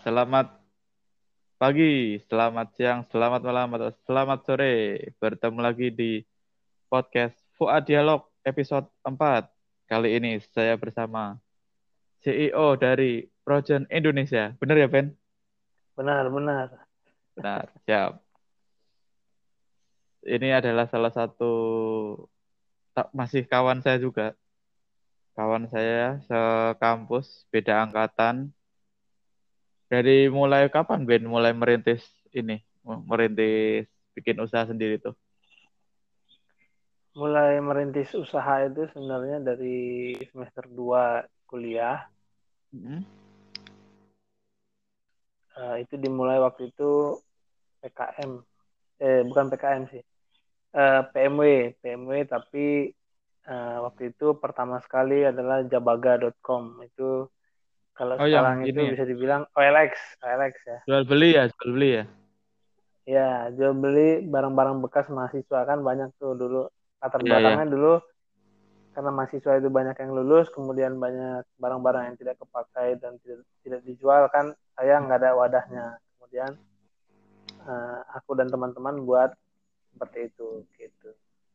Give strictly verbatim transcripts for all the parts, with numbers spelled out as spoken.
Selamat pagi, selamat siang, selamat malam, atau selamat sore. Bertemu lagi di podcast Fuad Dialog episode empat. Kali ini saya bersama C E O dari Projen Indonesia. Benar ya, Ben? Benar, benar. Benar, siap. Ini adalah salah satu tak masih kawan saya juga. Kawan saya sekampus, beda angkatan. Dari mulai kapan, Ben? Mulai merintis ini, merintis bikin usaha sendiri tuh. Mulai merintis usaha itu sebenarnya dari semester dua kuliah. Hmm? Eh, itu dimulai waktu itu P K M. Eh, bukan P K M sih. Eh, P M W. P M W tapi eh, waktu itu pertama sekali adalah jabaga dot com. Itu kalau Oh, yang sekarang itu ini ya. bisa dibilang O L X. O L X ya. Jual beli ya, jual beli ya. Ya, jual beli barang-barang bekas mahasiswa kan banyak tuh dulu. Latar Iya, iya. belakangnya dulu karena mahasiswa itu banyak yang lulus, kemudian banyak barang-barang yang tidak kepakai dan tidak, tidak dijual kan, saya nggak ada wadahnya. Kemudian uh, aku dan teman-teman buat seperti itu, gitu.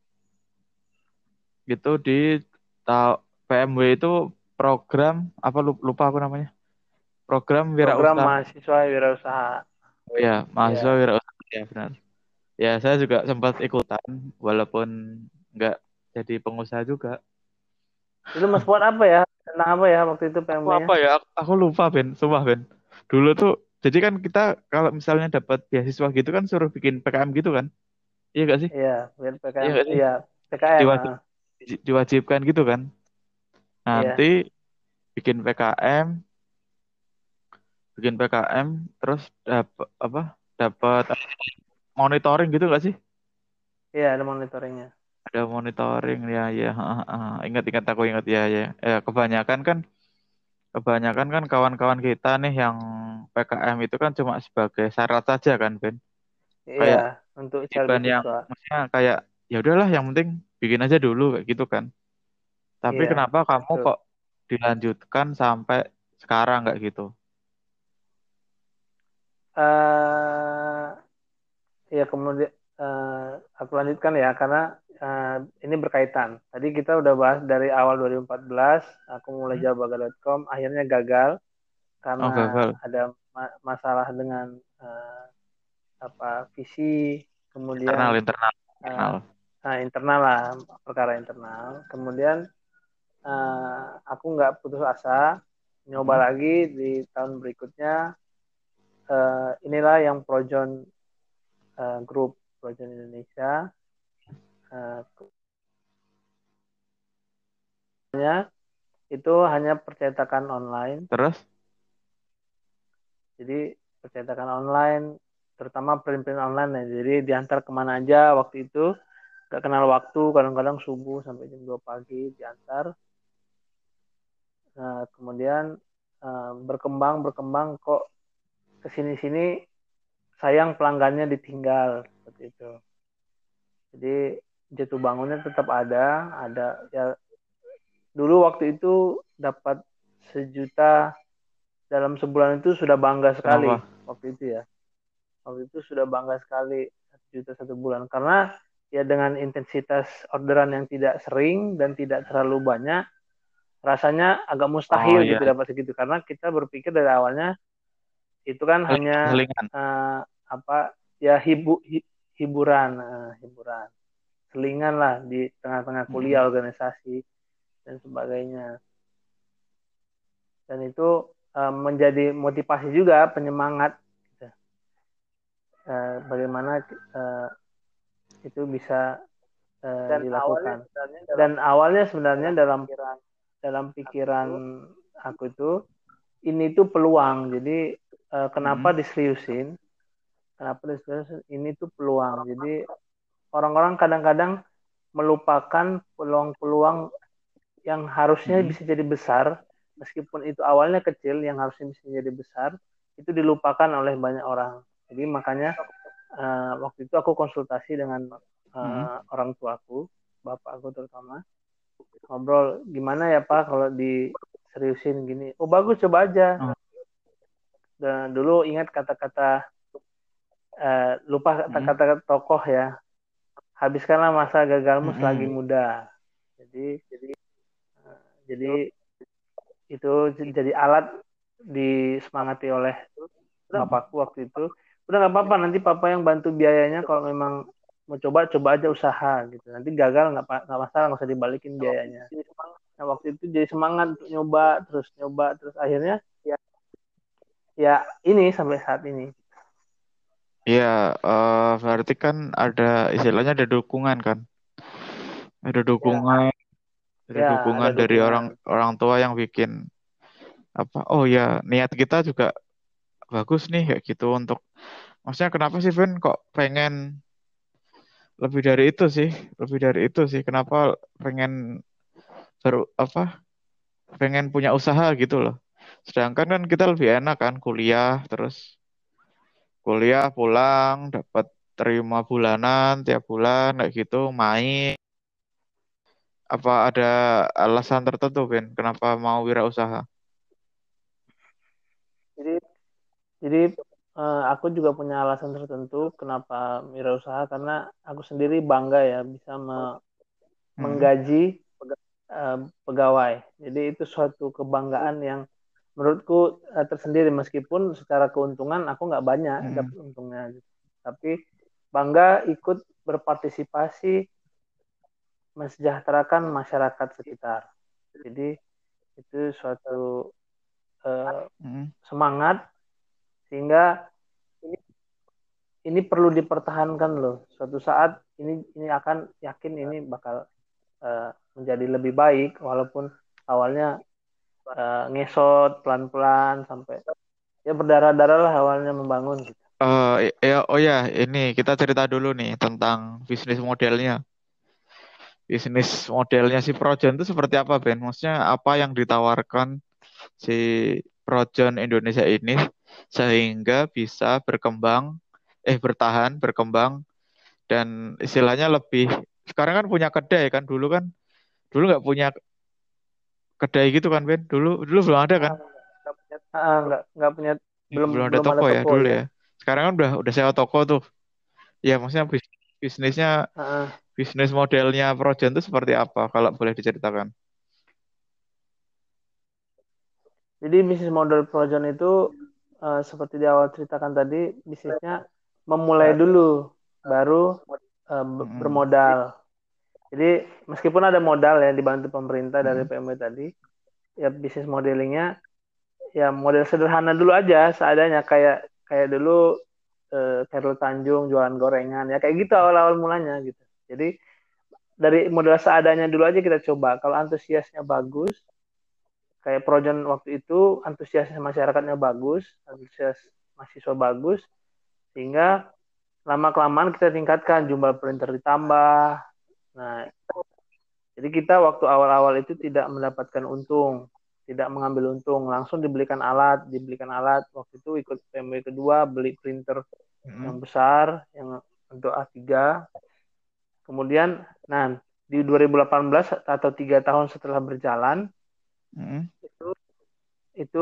Gitu di ta- P M W itu program apa lu- lupa aku namanya. Program Program wirausaha. mahasiswa wirausaha, Oh ya, mahasiswa ya. wirausaha ya benar. Ya, saya juga sempat ikutan walaupun nggak jadi pengusaha juga. Itu mas buat apa ya? Tentang apa ya waktu itu Aku P M W-nya? apa ya? Aku, aku lupa, Ben. Sumpah, Ben. Dulu tuh jadi kan kita kalau misalnya dapat beasiswa gitu kan suruh bikin P K M gitu kan? Iya gak sih? Iya, biar Iya P K M, gak sih? iya P K M, Diwajib, ah. diwajibkan gitu kan? Nanti Iya, bikin P K M, bikin P K M, terus dapat apa? Dapat monitoring gitu gak sih? iya ada monitoringnya. Ada monitoring ya, ya. Ingat-ingat aku ingat ya, ya. Eh, kebanyakan kan, kebanyakan kan kawan-kawan kita nih yang P K M itu kan cuma sebagai syarat saja kan, Ben. Iya, Kayak untuk cari titipan yang beasiswa. maksudnya kayak ya udahlah, yang penting bikin aja dulu kayak gitu kan. Tapi Iya, kenapa kamu betul. kok dilanjutkan sampai sekarang nggak gitu? eh Ya, kemudian eh, aku lanjutkan ya, karena eh, ini berkaitan. Tadi kita udah bahas dari awal dua ribu empat belas, aku mulai Hmm? jabaga dot com, akhirnya gagal Oh, karena gagal. ada ma- masalah dengan eh, apa visi, Internal, kemudian internal, eh, internal. nah, internal lah, perkara internal. Kemudian eh, aku nggak putus asa, nyoba Hmm? lagi di tahun berikutnya. Eh, inilah yang Projon eh, Group Projon Indonesia. Eh, itu hanya percetakan online. Terus? Jadi percetakan online, terutama print-print online ya. Jadi diantar kemana aja waktu itu. Gak kenal waktu, kadang-kadang subuh sampai jam dua pagi diantar. Nah, kemudian uh, berkembang, berkembang kok kesini-sini sayang pelanggannya ditinggal. Seperti itu. Jadi jatuh bangunnya tetap ada, ada ya dulu waktu itu dapat sejuta dalam sebulan itu sudah bangga sekali Kenapa? waktu itu ya. Waktu itu sudah bangga sekali satu juta satu bulan karena ya dengan intensitas orderan yang tidak sering dan tidak terlalu banyak, rasanya agak Oh mustahil iya, gitu dapat segitu karena kita berpikir dari awalnya itu kan selingan, hanya selingan. uh, apa ya hibu, hi, hiburan uh, hiburan selingan lah di tengah-tengah Hmm. kuliah organisasi dan sebagainya, dan itu uh, menjadi motivasi juga penyemangat gitu. Uh, bagaimana uh, itu bisa uh, Dan awalnya dilakukan. sebenarnya dalam Dan awalnya sebenarnya dalam dalam pikiran dalam aku pikiran tuh, aku itu ini tuh peluang. Jadi uh, hmm, kenapa diseriusin? Kenapa diseriusin? Ini tuh peluang. Jadi orang-orang kadang-kadang melupakan peluang-peluang yang harusnya hmm, bisa jadi besar, meskipun itu awalnya kecil, yang harusnya bisa jadi besar, itu dilupakan oleh banyak orang. Jadi makanya uh, waktu itu aku konsultasi dengan hmm. uh, orang tuaku, bapak aku terutama, ngobrol gimana ya Pak kalau diseriusin gini. Oh bagus, coba aja. Oh, Dan dulu ingat kata-kata uh, lupa Mm-mm. kata-kata tokoh ya. Habiskanlah masa gagalmu selagi Mm-mm. muda. Jadi uh, jadi itu jadi alat disemangati oleh bapakku waktu itu. Udah nggak apa-apa, nanti papa yang bantu biayanya, kalau memang mau coba coba aja usaha gitu. Nanti gagal nggak nggak masalah, nggak usah dibalikin biayanya. Nah waktu itu jadi semangat untuk nyoba terus nyoba terus akhirnya ya ini sampai saat ini. Iya, eh, berarti kan ada istilahnya ada dukungan kan, ada Ya, dukungan, ada ya ada dukungan dari orang dukungan. orang tua yang bikin apa? Oh ya, niat kita juga bagus nih kayak gitu untuk. Maksudnya kenapa sih Ben kok pengen lebih dari itu sih, lebih dari itu sih. Kenapa pengen baru apa? Pengen punya usaha gitu loh. Sedangkan kan kita lebih enak kan kuliah terus kuliah pulang dapat terima bulanan tiap bulan kayak gitu main. Apa ada alasan tertentu Ben kenapa mau wirausaha? Jadi jadi eh, aku juga punya alasan tertentu kenapa wirausaha, karena aku sendiri bangga ya bisa me- Hmm. menggaji eh, pegawai. Jadi itu suatu kebanggaan yang menurutku eh, tersendiri, meskipun secara keuntungan aku nggak banyak Hmm. dapat untungnya gitu. Tapi bangga ikut berpartisipasi mensejahterakan masyarakat sekitar. Jadi itu suatu eh, Hmm. semangat, sehingga ini perlu dipertahankan loh. Suatu saat ini ini akan yakin ini bakal eh, menjadi lebih baik, walaupun awalnya eh, ngesot pelan-pelan sampai ya berdarah-darah lah awalnya membangun gitu. Eh, ya, oh ya, ini kita cerita dulu nih tentang bisnis modelnya. Bisnis modelnya si Projon itu seperti apa, Ben? Maksudnya apa yang ditawarkan si Projon Indonesia ini sehingga bisa berkembang, eh bertahan, berkembang dan istilahnya lebih. Sekarang kan punya kedai kan, dulu kan, dulu nggak punya kedai gitu kan, Ben? Dulu, dulu belum ada kan? Ah, nggak nggak punya, belum Belum ada belum toko ada ya toko dulu ya. ya. Sekarang kan udah udah sewa toko tuh. Ya, maksudnya bis- bisnisnya Ah, bisnis modelnya Projen itu seperti apa kalau boleh diceritakan? jadi bisnis model Projon itu eh, seperti di awal ceritakan tadi, bisnisnya memulai dulu, baru eh, be- Mm-mm. bermodal. Jadi meskipun ada modal ya dibantu pemerintah dari Mm-mm. P M B tadi, ya bisnis modelingnya ya model sederhana dulu aja seadanya, kayak kayak dulu eh, Khairul Tanjung jualan gorengan ya kayak gitu awal-awal mulanya gitu. Jadi dari model seadanya dulu aja kita coba. Kalau antusiasnya bagus, kayak Projon waktu itu antusiasnya masyarakatnya bagus, antusias mahasiswa bagus, sehingga lama kelamaan kita tingkatkan jumlah printer ditambah. Nah, jadi kita waktu awal-awal itu tidak mendapatkan untung, tidak mengambil untung, langsung dibelikan alat, dibelikan alat. Waktu itu ikut P M W kedua, beli printer Mm-mm. yang besar, yang untuk A tiga. Kemudian, nah di dua ribu delapan belas atau tiga tahun setelah berjalan, Mm-mm. itu, itu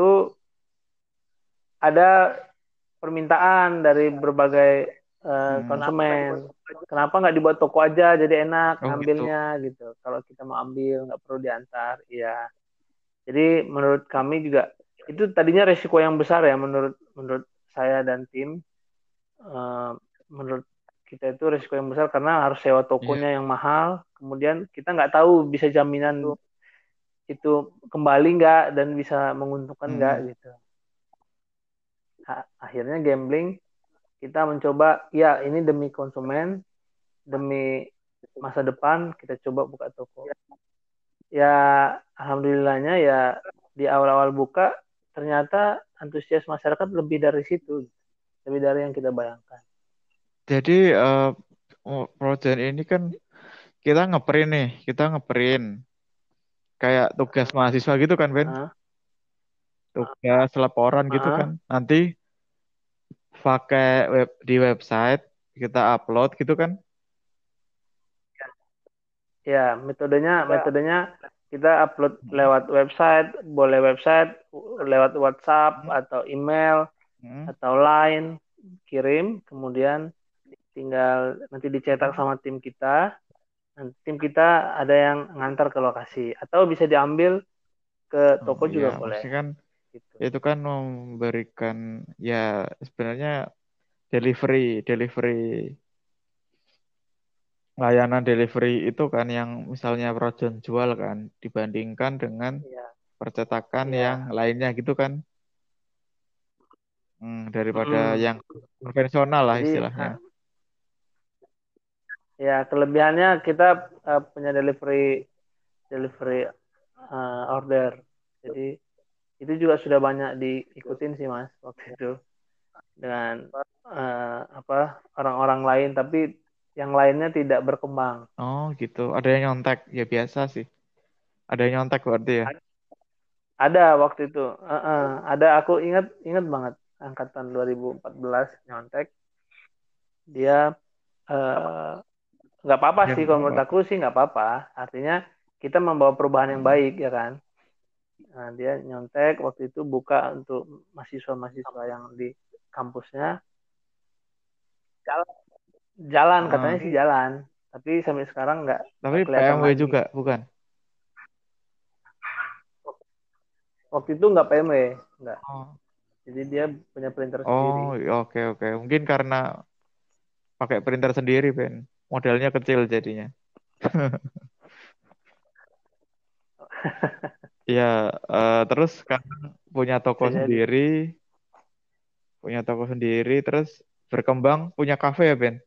ada permintaan dari berbagai uh, Mm. konsumen. Kenapa nggak dibuat toko aja, jadi enak Oh gitu. ngambilnya gitu. Kalau kita mau ambil nggak perlu diantar. Iya. Jadi menurut kami juga itu tadinya resiko yang besar ya, menurut menurut saya dan tim. Uh, menurut kita itu resiko yang besar karena harus sewa Iya. tokonya yang mahal. Kemudian kita nggak tahu bisa jaminan itu kembali nggak dan bisa menguntungkan nggak Mm-mm. gitu. Akhirnya gambling, kita mencoba ya ini demi konsumen, demi masa depan kita coba buka toko. Ya alhamdulillahnya ya di awal-awal buka ternyata antusias masyarakat lebih dari situ, lebih dari yang kita bayangkan. Jadi eh oh, Projen ini kan kita ngeprint nih, kita ngeprint kayak tugas mahasiswa gitu kan, Ben? Heeh, Tugas laporan gitu heeh. kan. Nanti pakai web di website kita upload gitu kan. Ya metodenya metodenya kita upload lewat website, boleh website, lewat WhatsApp Mm. atau email. Hmm. atau Line, kirim, kemudian tinggal nanti dicetak sama tim kita. Nanti tim kita ada yang ngantar ke lokasi atau bisa diambil ke Oh toko ya, juga boleh. maksudnya kan Gitu. itu kan memberikan ya sebenarnya delivery delivery layanan delivery itu kan yang misalnya Projon jual kan dibandingkan dengan Iya, percetakan yang iya. lainnya gitu kan. Hmm, daripada Mm. yang konvensional lah Jadi istilahnya. uh, ya kelebihannya kita uh, punya delivery delivery uh, order. Jadi itu juga sudah banyak diikutin sih Mas waktu itu dengan uh, apa orang-orang lain, tapi yang lainnya tidak berkembang. Oh gitu, ada yang nyontek ya biasa sih. Ada yang nyontek berarti ya. Ada waktu itu, uh, uh, ada aku ingat ingat banget angkatan dua ribu empat belas nyontek dia eh, nggak uh, apa-apa Ya sih nggak kalau menurut apa-apa. aku sih nggak apa-apa. Artinya kita membawa perubahan yang Hmm. baik ya kan. Nah, dia nyontek waktu itu buka untuk mahasiswa-mahasiswa yang di kampusnya jalan, jalan Ah, katanya sih jalan, tapi sampai sekarang nggak tapi nggak kelihatan P M W lagi. juga bukan? Waktu itu nggak P M W, nggak. Oh, Jadi dia punya printer oh sendiri. oke oke. Mungkin karena pakai printer sendiri, Ben. Modelnya kecil jadinya. Ya, eh, terus sekarang punya toko Bisa jadi. sendiri, punya toko sendiri, terus berkembang punya kafe ya, Ben?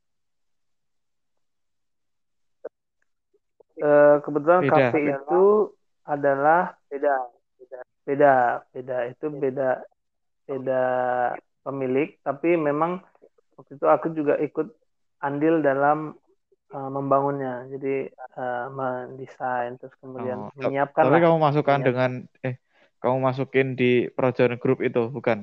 Eh, kebetulan Beda. kafe itu adalah beda, beda, beda itu beda, beda pemilik. Tapi memang waktu itu aku juga ikut andil dalam uh, membangunnya. Jadi uh, mendesain terus kemudian Oh, ta- menyiapkan tapi lah, kamu masukkan dengan menyiapkan. eh kamu masukin di Projon Group itu, bukan?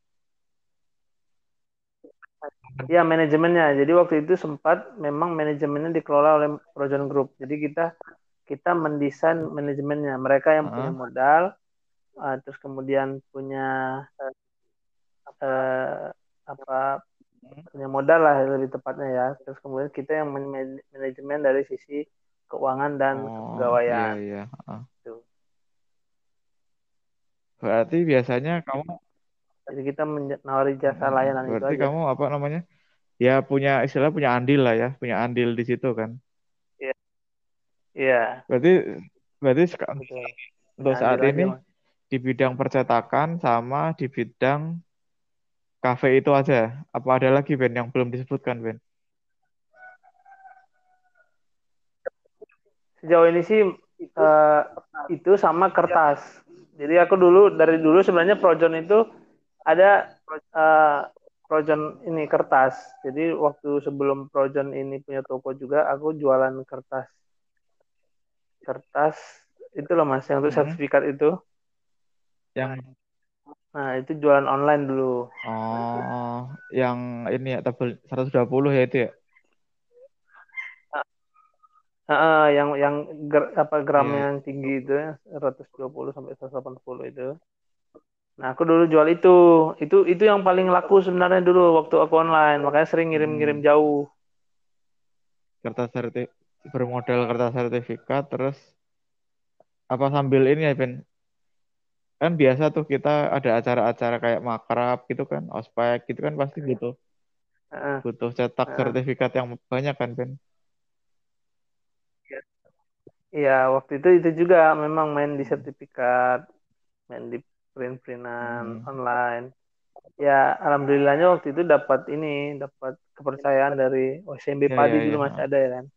Ya manajemennya. Jadi waktu itu sempat memang manajemennya dikelola oleh Projon Group. Jadi kita kita mendesain manajemennya. Mereka yang punya Heeh. modal, uh, terus kemudian punya uh, apa punya modal lah lebih tepatnya ya. Terus kemudian kita yang manajemen dari sisi keuangan dan Oh, iya kepegawaian. iya. Heeh. Gitu. Berarti biasanya kamu Jadi kita menawari jasa mm, layanan itu berarti aja. kamu apa namanya? Ya punya istilah punya andil lah ya, punya andil di situ kan. Iya, iya, Berarti berarti seka- betul. Punya untuk saat andil ini aja, Mas. di bidang percetakan sama di bidang kafe itu aja. Apa ada lagi Ben yang belum disebutkan Ben? Sejauh ini sih eh, itu sama kertas. Jadi aku dulu dari dulu sebenarnya projon itu ada eh, projon ini kertas. Jadi waktu sebelum projon ini punya toko juga aku jualan kertas. Kertas itu loh Mas yang untuk Mm-mm. sertifikat itu. Yang Nah, itu jualan online dulu. oh, yang ini ya tebel seratus dua puluh ya itu ya. Heeh, yang yang ger, apa gramnya Iya. yang tinggi itu ya, seratus dua puluh sampai seratus delapan puluh itu. Nah, aku dulu jual itu. Itu itu yang paling laku sebenarnya dulu waktu aku online. Makanya sering ngirim-ngirim Mm. jauh. Kertas sertif bermodal kertas sertifikat terus apa sambil ini ya Ben? Kan biasa tuh kita ada acara-acara kayak makrab gitu kan, ospek gitu kan pasti butuh Heeh, butuh cetak heeh. sertifikat yang banyak kan Ben? Iya, waktu itu itu juga memang main di sertifikat, main di print-printan Hmm. online. Ya, alhamdulillahnya waktu itu dapat ini, dapat kepercayaan dari O S M B Ya Padi ya dulu ya. masih ada ya kan.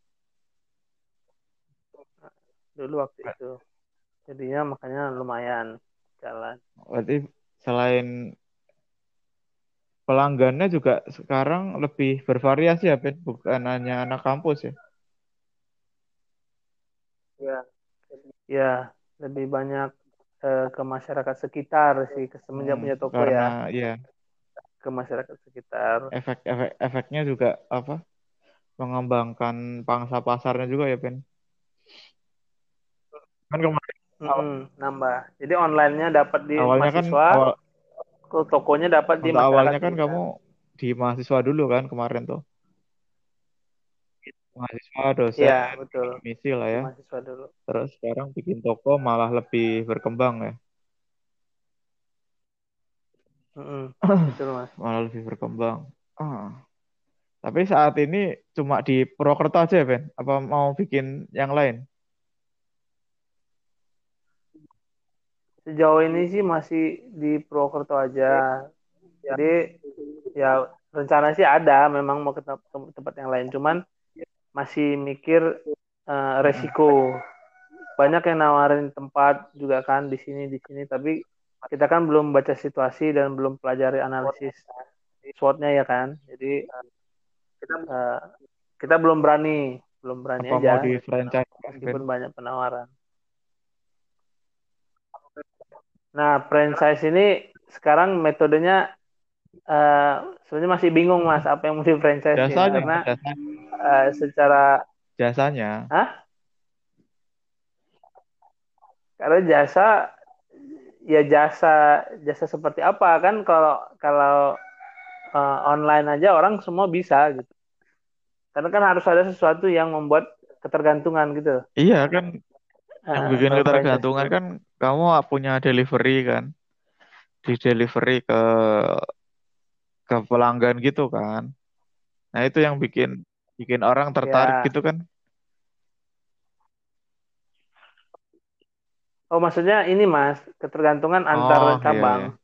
Dulu waktu itu. Jadinya makanya lumayan jalan. Berarti selain pelanggannya juga sekarang lebih bervariasi ya Ben, bukan hanya anak kampus ya. Ya, ya lebih banyak eh, ke masyarakat sekitar sih ke semenjak Hmm, punya toko karena ya ya ke masyarakat sekitar. efek-efek efeknya juga apa mengembangkan pangsa pasarnya juga ya Ben. Kan kemarin awal- Mm-mm, nambah. Jadi online-nya dapat di awalnya kan mahasiswa, awal tokonya dapat di Untuk masyarakat awalnya kan kita. kamu di mahasiswa dulu kan kemarin tuh. Mahasiswa, Iya, dosen, betul. misi lah Di ya. mahasiswa dulu. Terus sekarang bikin toko malah lebih berkembang ya. Mm-mm, betul Mas. Malah lebih berkembang. Ah. Tapi saat ini cuma di Purwokerto aja ya, Ben? Apa mau bikin yang lain? Sejauh ini sih masih di Purwokerto aja. Jadi ya rencana sih ada, memang mau ke tem- tempat yang lain. Cuman masih mikir eh, Mm-mm. resiko. Banyak yang nawarin tempat juga kan di sini di sini, tapi kita kan belum baca situasi dan belum pelajari analisis SWOT-nya ya kan. Jadi eh, kita belum berani, belum berani Apa aja mau di franchise, Ben? meskipun banyak penawaran. Nah, franchise ini sekarang metodenya eh, sebenarnya masih bingung Mas apa yang mau di franchise-in Jasanya, karena jasanya, eh, secara jasanya. Hah? Karena jasa ya jasa jasa seperti apa kan kalau kalau eh, online aja orang semua bisa gitu. Karena kan harus ada sesuatu yang membuat ketergantungan gitu. Iya kan, yang Eh, bikin kalau franchise ketergantungan itu. kan kamu punya delivery kan, di delivery ke ke pelanggan gitu kan. Nah itu yang bikin bikin orang tertarik Ya. gitu kan. Oh, maksudnya ini Mas, ketergantungan antar Oh iya cabang. ya.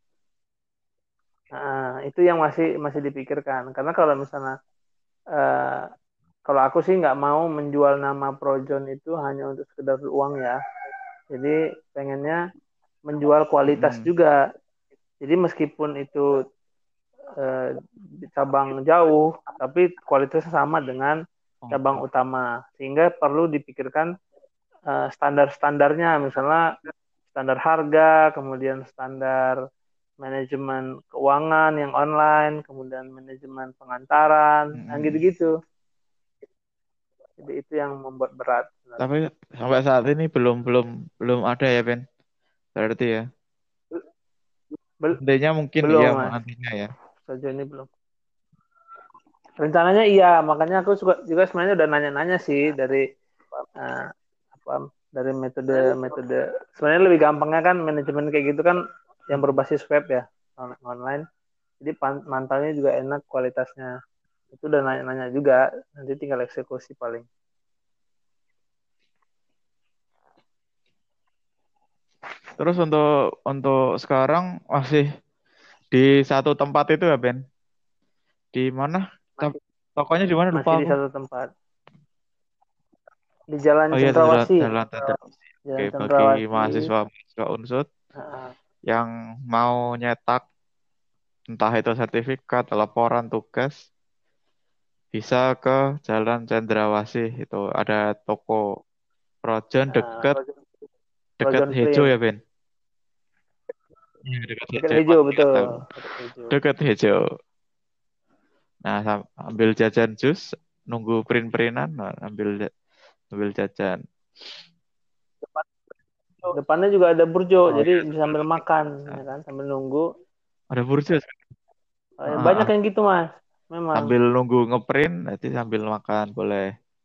Nah, itu yang masih masih dipikirkan. Karena kalau misalnya eh, kalau aku sih nggak mau menjual nama Projon itu hanya untuk sekedar uang ya. Jadi pengennya menjual kualitas Mm-mm. juga. Jadi meskipun itu eh, cabang jauh, tapi kualitasnya sama dengan cabang Oh, utama. Sehingga perlu dipikirkan eh, standar-standarnya, misalnya standar harga, kemudian standar manajemen keuangan yang online, kemudian manajemen pengantaran, nah mm-mm. gitu-gitu. Jadi itu yang membuat berat sebenarnya. Tapi sampai saat ini belum belum belum ada ya Ben. Berarti ya. Bel- Nantinya mungkin iya belum mas, nantinya ya. sejauh ini belum. Rencananya iya, makanya aku juga, juga sebenarnya udah nanya-nanya sih dari eh, apa dari metode-metode. Sebenarnya lebih gampangnya kan manajemen kayak gitu kan yang Mm. berbasis web ya, on- online. Jadi pan- mantaunya juga enak kualitasnya. Itu udah nanya-nanya juga, nanti tinggal eksekusi paling. Terus untuk untuk sekarang masih di satu tempat itu ya Ben. Di mana? Tap- Tokonya di mana lupa Masih di aku. satu tempat. Di Jalan Oh iya di Jalan Cendrawasih. Jalan Tanda. Oke, Jalan bagi Cendrawasih. mahasiswa mahasiswa Unsud Heeh. yang mau nyetak entah itu sertifikat, laporan, tugas, bisa ke Jalan Cendrawasih itu ada toko Projon Heeh. deket deket Projon Hejo ya Print. Ben. Iya dekat Dekat Hejo hijau, pasti nggak betul. tahu. Dekat hijau. Dekat Hejo. Nah sam- ambil jajan jus, nunggu print-printan, nah, ambil ambil jajan. Depannya juga ada burjo, Oh jadi iya, bisa sambil makan, ya kan, sambil nunggu. ada burjo. Eh, Heeh, Banyak yang gitu, Mas. Memang. sambil nunggu ngeprint, nanti sambil makan boleh.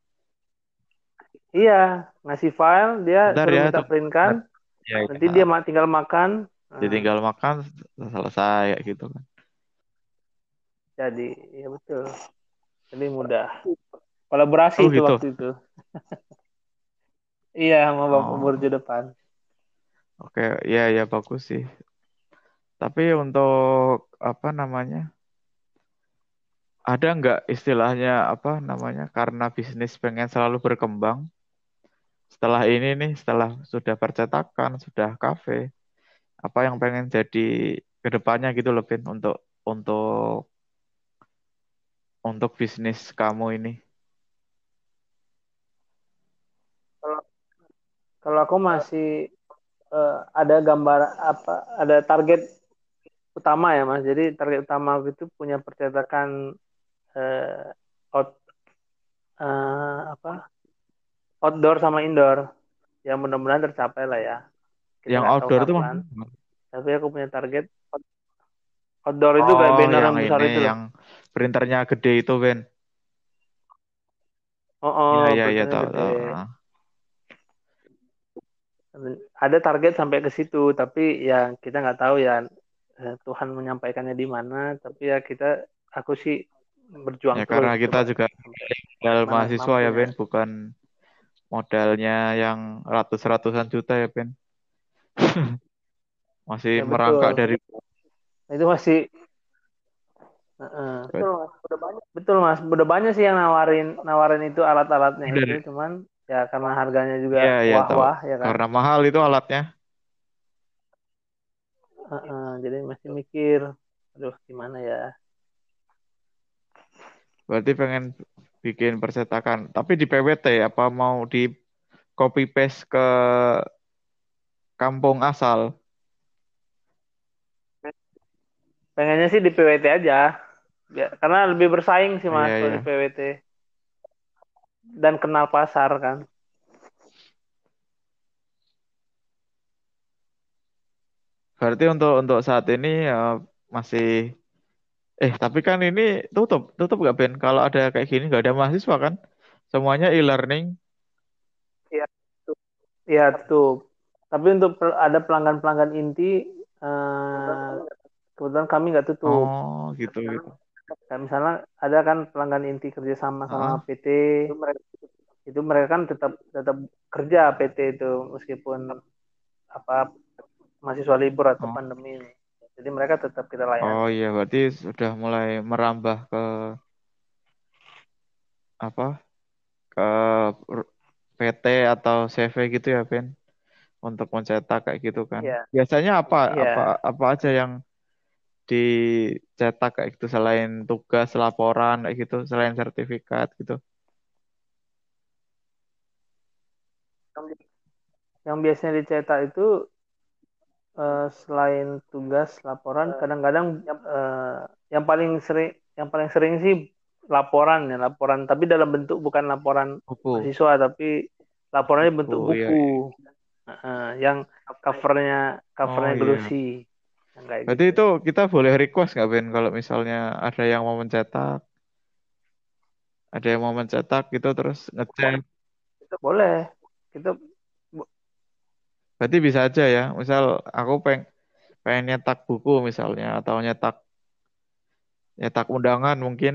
Iya, ngasih file, dia Bentar suruh ya, minta tuh. print kan, Bentar. Ya, nanti ya. dia ma- tinggal makan. Dia Nah, tinggal makan selesai kayak gitu kan. jadi, ya betul. Jadi mudah. Kolaborasi Oh itu gitu. waktu itu. Iya, sama Bapak Burjo Oh, depan. oke. Ya, ya bagus sih. Tapi untuk apa namanya? Ada nggak istilahnya apa namanya? Karena bisnis pengen selalu berkembang. Setelah ini nih, setelah sudah percetakan, sudah kafe, apa yang pengen jadi kedepannya gitu loh, Vin, untuk untuk untuk bisnis kamu ini. Kalau kalau aku masih eh, ada gambar apa, ada target utama ya Mas. Jadi target utama aku itu punya percetakan eh, out eh, apa outdoor sama indoor. Ya mudah-mudahan tercapai lah ya. Kita Yang nggak tahu outdoor itu kapan. maksudnya Tapi aku punya target. Outdoor itu kayak Oh, banner yang yang besar ini itu loh. yang printernya gede itu, Ben. Oh, Iya, oh, iya, iya, printernya tahu, gede. tahu. Ah. Ada target sampai ke situ, tapi ya kita nggak tahu ya, eh, Tuhan menyampaikannya di mana. Tapi ya kita, aku sih berjuang Ya terus karena kita coba juga sampai modal mana mahasiswa ya, mampunya. Ben, bukan modalnya yang ratus-ratusan juta ya, Ben. Masih Ya merangkak betul. dari Nah, itu masih, heeh. Betul mas, udah banyak sih yang nawarin nawarin itu alat-alatnya itu, dari cuman ya karena harganya juga iya, iya, tahu. wah-wah ya kan. Karena mahal itu alatnya. Heeh, jadi masih mikir, aduh gimana ya. Berarti pengen bikin percetakan. Tapi di P W T apa mau di copy paste ke kampung asal? Pengennya sih di P W T aja, ya, karena lebih bersaing sih Oh, mas iya, kalau iya. di P W T dan kenal pasar kan. Berarti untuk untuk saat ini eh, masih eh tapi kan ini tutup, tutup nggak Ben? Kalau ada kayak gini nggak ada mahasiswa kan? Semuanya e-learning. Iya, iya tuh. Tapi untuk pel- ada pelanggan-pelanggan inti, eh, kebetulan kami nggak tutup. Oh, gitu gitu. Kayak misalnya ada kan pelanggan inti kerjasama sama Heeh. P T, itu mereka kan tetap tetap kerja P T itu meskipun apa mahasiswa libur atau Oh, pandemi ini. Jadi mereka tetap kita oh layani. iya, berarti sudah mulai merambah ke apa? Ke r- P T atau C V gitu ya, Ben? Untuk mencetak kayak gitu kan. Iya, Biasanya apa apa iya. apa aja yang dicetak kayak gitu selain tugas laporan kayak gitu, selain sertifikat gitu. Yang biasanya dicetak itu, eh, selain tugas laporan, kadang-kadang, eh, yang paling sering yang paling sering sih laporan ya laporan, tapi dalam bentuk bukan laporan Buku, mahasiswa, tapi laporannya buku bentuk ya. buku. Heeh, yang covernya Oh covernya iya. gelusi, yang kayak Berarti gitu. itu kita boleh request nggak Ben kalau misalnya ada yang mau mencetak, ada yang mau mencetak gitu terus ngecek. Boleh kita. Berarti bisa aja ya. Misal aku peng pengen nyetak buku misalnya atau nyetak nyetak undangan mungkin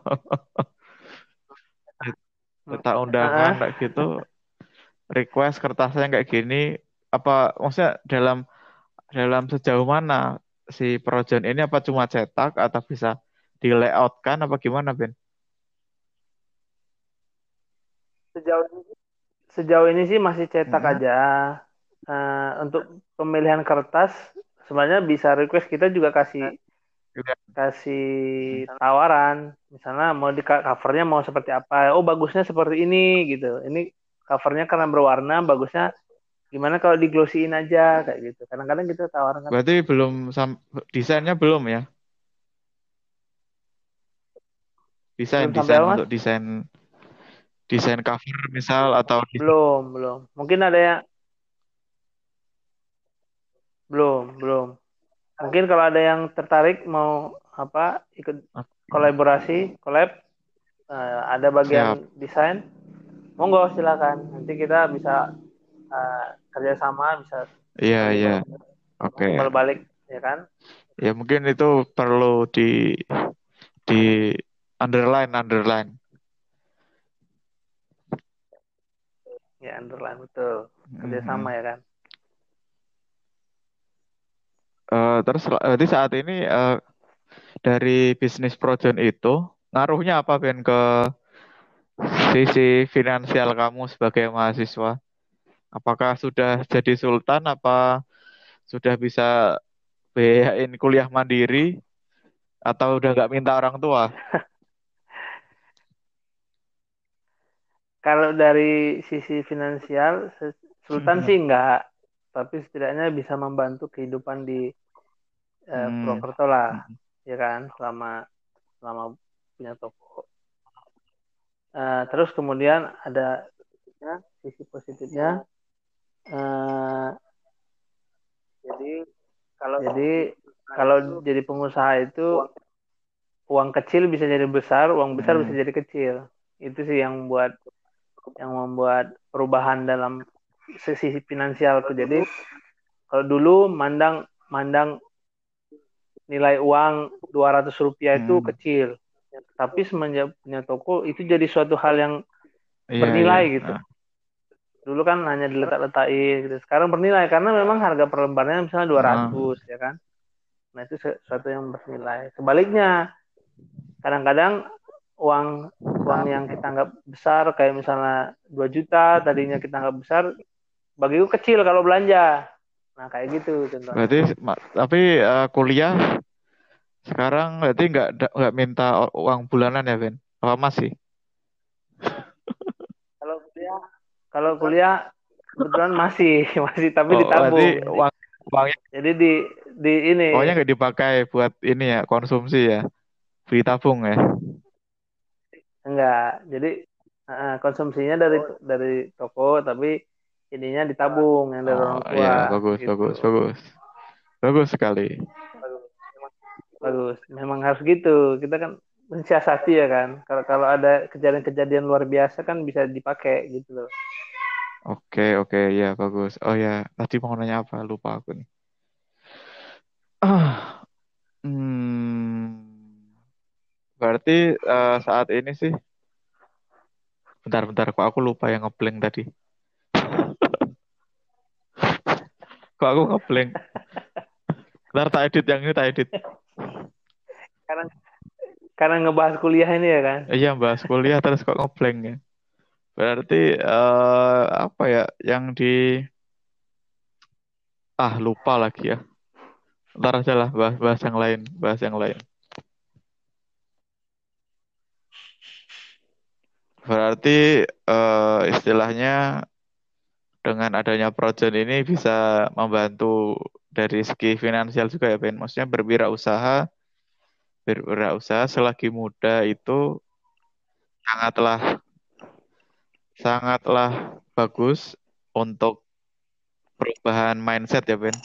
nyetak undangan Heeh. kayak gitu request kertasnya kayak gini apa maksudnya dalam dalam sejauh mana si projen ini apa cuma cetak atau bisa di layout kan apa gimana Ben? sejauh sejauh ini sih masih cetak Mm-mm. aja. Eh, untuk pemilihan kertas sebenarnya bisa request, kita juga kasih Iya. kasih tawaran, misalnya mau di covernya mau seperti apa, oh bagusnya seperti ini gitu, ini covernya karena berwarna bagusnya, gimana kalau diglosyin aja kayak gitu, kadang-kadang kita tawarkan. Berarti belum sam- desainnya belum ya? Desain Belum sampai desain apa mas? untuk desain desain cover misal atau desain Belum, belum, mungkin ada yang belum belum mungkin kalau ada yang tertarik mau apa ikut Oke, kolaborasi collab, eh, ada bagian siap. desain, monggo silakan, nanti kita bisa, eh, kerjasama, bisa Iya, saling iya. Oke. timbal balik ya kan. Ya mungkin itu perlu di di underline underline. Ya underline betul, kerjasama Mhm. ya kan. Eh, terus berarti saat ini eh, dari bisnis projen itu ngaruhnya apa Ben ke sisi finansial kamu sebagai mahasiswa? Apakah sudah jadi sultan apa sudah bisa biayain kuliah mandiri atau udah nggak minta orang tua? Kalau dari sisi finansial, Sultan sih enggak, tapi setidaknya bisa membantu kehidupan di, eh, Hmm. Purwokerto lah ya kan, selama selama punya toko. Eh, terus kemudian ada sisi positifnya, eh, jadi kalau jadi kalau jadi pengusaha itu uang kecil bisa jadi besar, uang besar bisa Hmm. jadi kecil. Itu sih yang buat yang membuat perubahan dalam sisi finansialku. Jadi kalau dulu mandang mandang nilai uang dua ratus rupiah itu Hmm. kecil, tapi semenjak punya toko itu jadi suatu hal yang Iya, iya. bernilai gitu. Ah. Dulu kan hanya diletak-letakin gitu. Sekarang bernilai karena memang harga per lembarnya misalnya dua Ah. ratus ya kan. Nah, itu sesuatu yang bernilai. Sebaliknya, kadang-kadang uang uang yang kita anggap besar kayak misalnya dua juta tadinya kita anggap besar, bagiku kecil kalau belanja. Nah, kayak gitu contohnya. Berarti ma- tapi eh, kuliah sekarang berarti nggak da- nggak minta o- uang bulanan ya, Ben? Apa masih? Kalau kuliah, kalau kuliah kebetulan masih masih tapi Oh, berarti ditabung. Jadi uang uangnya jadi di di ini uangnya nggak dipakai buat ini ya, konsumsi ya, beli tabung ya. enggak. Jadi uh, konsumsinya dari dari toko tapi ininya ditabung yang dari Oh orang iya, tua bagus, gitu. bagus, bagus, bagus sekali. Bagus. Memang harus gitu. Kita kan mensiasati ya kan. Kalau kalau ada kejadian-kejadian luar biasa kan bisa dipakai gitu loh. Oke, oke, ya bagus. Oh ya, tadi mau nanya apa? Lupa aku nih. Ah, hmm, berarti eh, saat ini sih, bentar-bentar kok aku lupa yang ngeblank tadi. Kok aku ngeblank? Ntar tak edit yang ini tak edit. Karena karena ngebahas kuliah ini ya kan. Iya, bahas kuliah terus kok ngeblank ya. Berarti eh, apa ya yang di ah lupa lagi ya. Ntar aja lah bahas bahas yang lain, bahas yang lain. Berarti eh, istilahnya dengan adanya project ini bisa membantu dari segi finansial juga ya Ben. Maksudnya berwirausaha, berwirausaha selagi muda itu sangatlah sangatlah bagus untuk perubahan mindset ya Ben.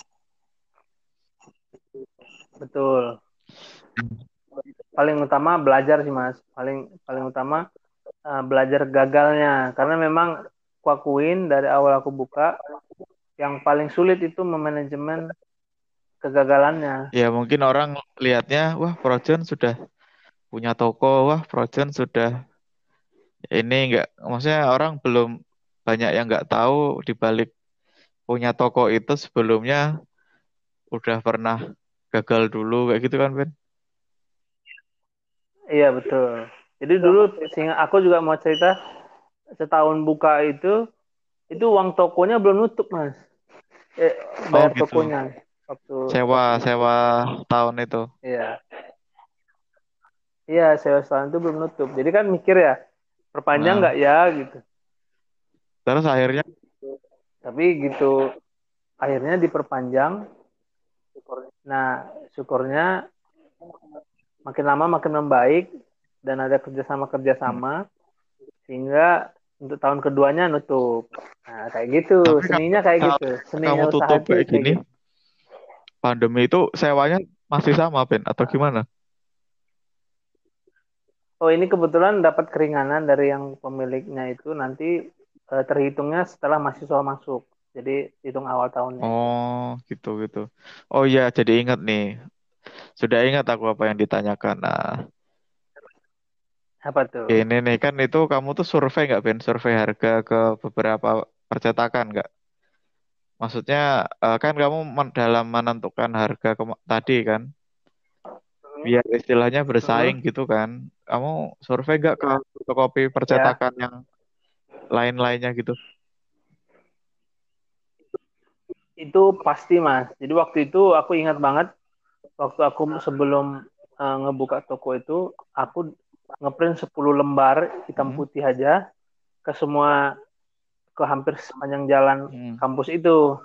Betul. Paling utama belajar sih Mas. Paling paling utama uh, belajar gagalnya karena memang aku akuin dari awal aku buka yang paling sulit itu memanajemen kegagalannya. Ya mungkin orang lihatnya, wah Projon sudah punya toko, wah Projon sudah ini enggak, maksudnya orang belum banyak yang nggak tahu di balik punya toko itu sebelumnya udah pernah gagal dulu kayak gitu kan Ben? Iya betul. Jadi dulu sehingga aku juga mau cerita setahun buka itu itu uang tokonya belum nutup Mas. Eh, Oh bayar gitu, tokonya waktu sewa waktu itu. sewa tahun itu. Iya. Iya, sewa setahun itu belum nutup. Jadi kan mikir ya, perpanjang Nah, nggak ya gitu. terus akhirnya, Tapi gitu, akhirnya diperpanjang. Nah, syukurnya makin lama makin membaik dan ada hmm, kerjasama-kerjasama sehingga untuk tahun keduanya nutup. Nah, kayak gitu. tapi kamu, Seninya kayak kalau gitu. kamu Seninya usaha tutup itu kayak kayak gini, gitu. pandemi itu sewanya masih sama Ben atau gimana? Oh, ini kebetulan dapat keringanan dari yang pemiliknya itu nanti eh, terhitungnya setelah mahasiswa masuk. Jadi hitung awal tahunnya itu. Oh gitu gitu. Oh iya, jadi ingat nih, sudah ingat aku apa yang ditanyakan. Nah, Apa tuh? ini nih kan itu kamu tuh survei nggak Ben? Survei harga ke beberapa percetakan nggak? Maksudnya eh, kan kamu men- dalam menentukan harga kema- tadi kan, biar istilahnya bersaing Hmm, gitu kan. Kamu survei nggak ke fotokopi ya, percetakan yang lain-lainnya gitu? itu pasti Mas. Jadi waktu itu aku ingat banget waktu aku sebelum eh, ngebuka toko itu aku ngeprint sepuluh lembar hitam Hmm. putih aja ke semua ke hampir sepanjang jalan Hmm. kampus itu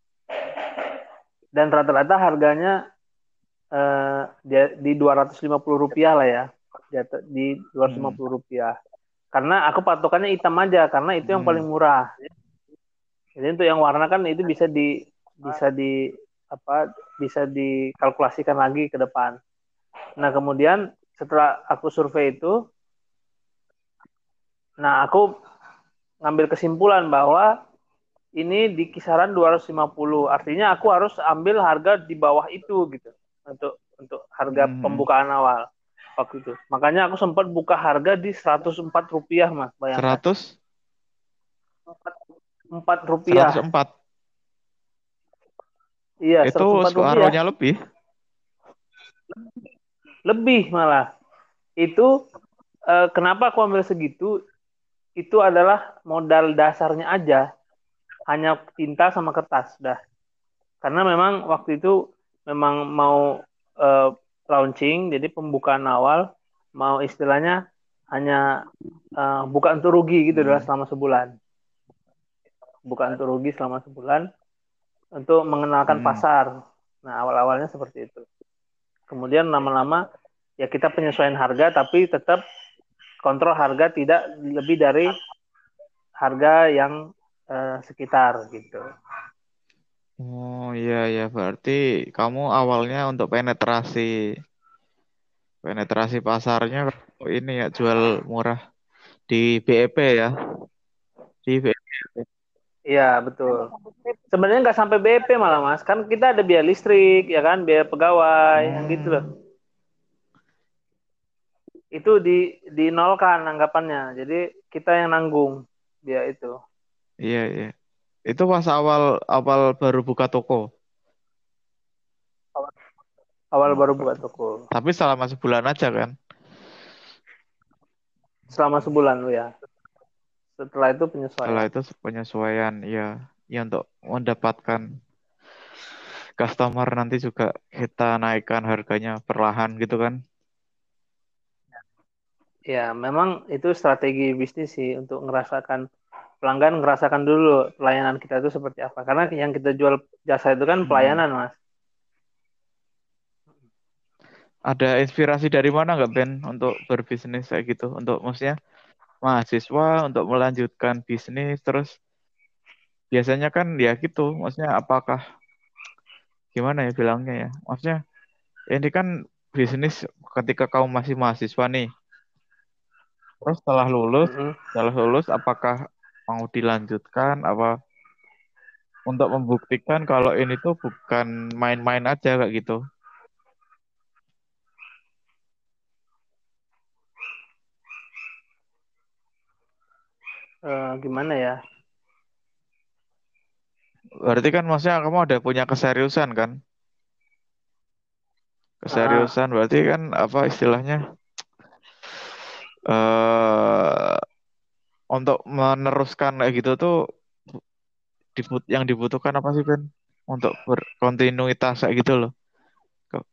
dan rata-rata harganya eh, di, di dua ratus lima puluh rupiah lah ya. Jatuh di dua ratus lima Hmm. puluh rupiah. Karena aku patokannya hitam aja karena itu yang paling Hmm. murah. Jadi untuk yang warna kan itu bisa di bisa di apa bisa dikalkulasikan lagi ke depan. Nah kemudian setelah aku survei itu, nah aku ngambil kesimpulan bahwa ini di kisaran dua ratus lima puluh. Artinya aku harus ambil harga di bawah itu gitu untuk untuk harga Hmm. pembukaan awal waktu itu. Makanya aku sempat buka harga di seratus empat rupiah, Mas, bayangkan. seratus empat seratus rupiah. empat Iya, Itu seratus empat rupiah. separuhnya lebih. Lebih malah. Itu eh, kenapa aku ambil segitu? Itu adalah modal dasarnya aja. Hanya tinta sama kertas, dah. Karena memang waktu itu memang mau uh, launching, jadi pembukaan awal, mau istilahnya hanya uh, buka untuk rugi gitu adalah Hmm. selama sebulan. Buka untuk rugi selama sebulan untuk mengenalkan Hmm. pasar. Nah, awal-awalnya seperti itu. Kemudian lama-lama ya kita penyesuaian harga, tapi tetap kontrol harga tidak lebih dari harga yang uh, sekitar gitu. Oh iya ya, berarti kamu awalnya untuk penetrasi penetrasi pasarnya oh, ini ya jual murah di B E P ya, di B E P. Iya, betul. Sebenarnya nggak sampai B P malah Mas, kan kita ada biaya listrik, ya kan, biaya pegawai, yang gitu loh. Hmm, Itu di dinolkan anggapannya, jadi kita yang nanggung biaya itu. iya iya. Itu pas awal awal baru buka toko. Awal baru buka toko. Tapi selama sebulan aja kan. Selama sebulan lu ya. Setelah itu Setelah penyesuaian. itu penyesuaian ya, ya untuk mendapatkan customer nanti juga kita naikkan harganya perlahan gitu kan. Ya, memang itu strategi bisnis sih untuk ngerasakan pelanggan ngerasakan dulu pelayanan kita itu seperti apa. Karena yang kita jual jasa itu kan Hmm. pelayanan, Mas. Ada inspirasi dari mana nggak Ben untuk berbisnis kayak gitu? Untuk maksudnya mahasiswa untuk melanjutkan bisnis terus biasanya kan ya gitu. Maksudnya apakah gimana ya bilangnya ya? Maksudnya ini kan bisnis ketika kamu masih mahasiswa nih. Terus setelah lulus, Mm-mm. setelah lulus apakah mau dilanjutkan apa untuk membuktikan kalau ini tuh bukan main-main aja kayak gitu. Eh, gimana ya? Berarti kan maksudnya kamu ada punya keseriusan kan? Ah, Keseriusan berarti kan apa istilahnya? eh untuk meneruskan kayak gitu tuh dibut- yang dibutuhkan apa sih Ben? Untuk berkontinuitas kayak gitu loh. Ke-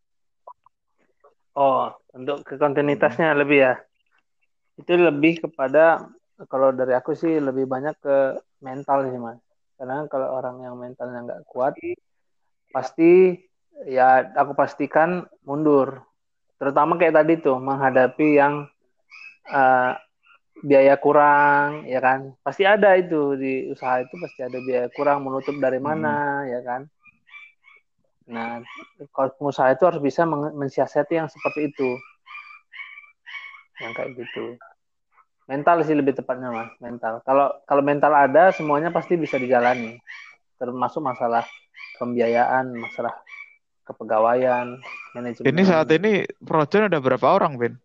oh, untuk ke Mm. kontinuitasnya lebih ya. Itu lebih kepada kalau dari aku sih lebih banyak ke mental sih Mas. Karena kalau orang yang mentalnya nggak kuat, pasti ya aku pastikan mundur. Terutama kayak tadi tuh menghadapi yang uh, biaya kurang, ya kan? Pasti ada itu di usaha itu pasti ada biaya kurang, menutup dari mana, Mm-mm. ya kan? Nah, kalau pengusaha itu harus bisa mensiasati yang seperti itu, yang kayak gitu. Mental sih lebih tepatnya mas, mental. Kalau kalau mental ada, semuanya pasti bisa dijalani. Termasuk masalah pembiayaan, masalah kepegawaian, Ini saat manajemen. ini Projon ada berapa orang Ben?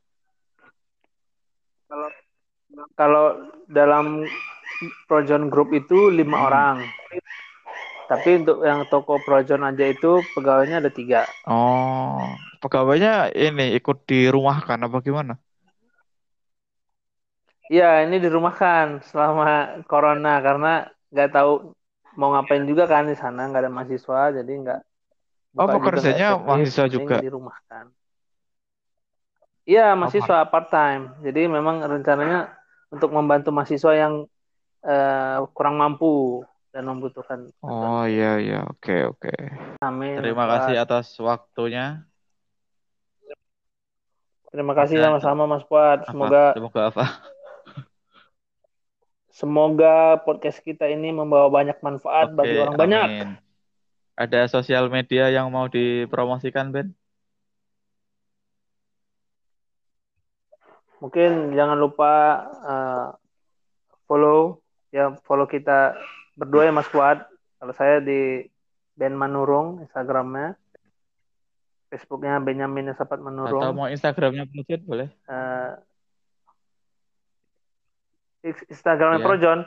Kalau kalau dalam Projon Group itu lima Mm. orang, tapi untuk yang toko Projon aja itu pegawainya ada tiga. Oh, pegawainya ini ikut dirumahkan apa gimana? Iya, ini dirumahkan selama corona karena nggak tahu mau ngapain juga kan di sana, nggak ada mahasiswa, jadi nggak Oh, buka juga nggak pekerjanya efektif, mahasiswa mending juga. dirumahkan. Iya, Oh, part- mahasiswa part time. Jadi memang rencananya untuk membantu mahasiswa yang eh, kurang mampu dan membutuhkan bantuan oh itu. iya iya oke oke. Amin, Mas Terima kasih Fuad. atas waktunya. Terima kasih Maksudnya sama-sama Mas Fuad. apa? Semoga Semoga apa? semoga podcast kita ini membawa banyak manfaat bagi Oke, orang banyak. amin. Ada sosial media yang mau dipromosikan, Ben? Mungkin jangan lupa uh, follow ya follow kita berdua ya Mas Fuad. Kalau saya di Ben Manurung Instagramnya, Facebooknya Benyamin Sapat Atau Manurung. mau Instagramnya Project boleh? Uh, Instagramnya Iya. Projon.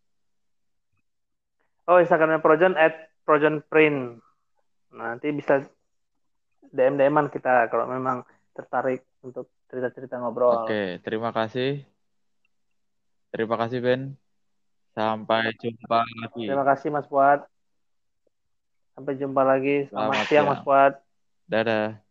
Oh, Instagramnya Projon at Projon Print. Nah, nanti bisa D M D M-an kita kalau memang tertarik untuk cerita-cerita Oke, ngobrol. terima kasih. Terima kasih, Ben. Sampai jumpa lagi. Terima kasih Mas Fuad. Sampai jumpa lagi. Selamat Selamat siang Mas siang. Fuad. Dadah.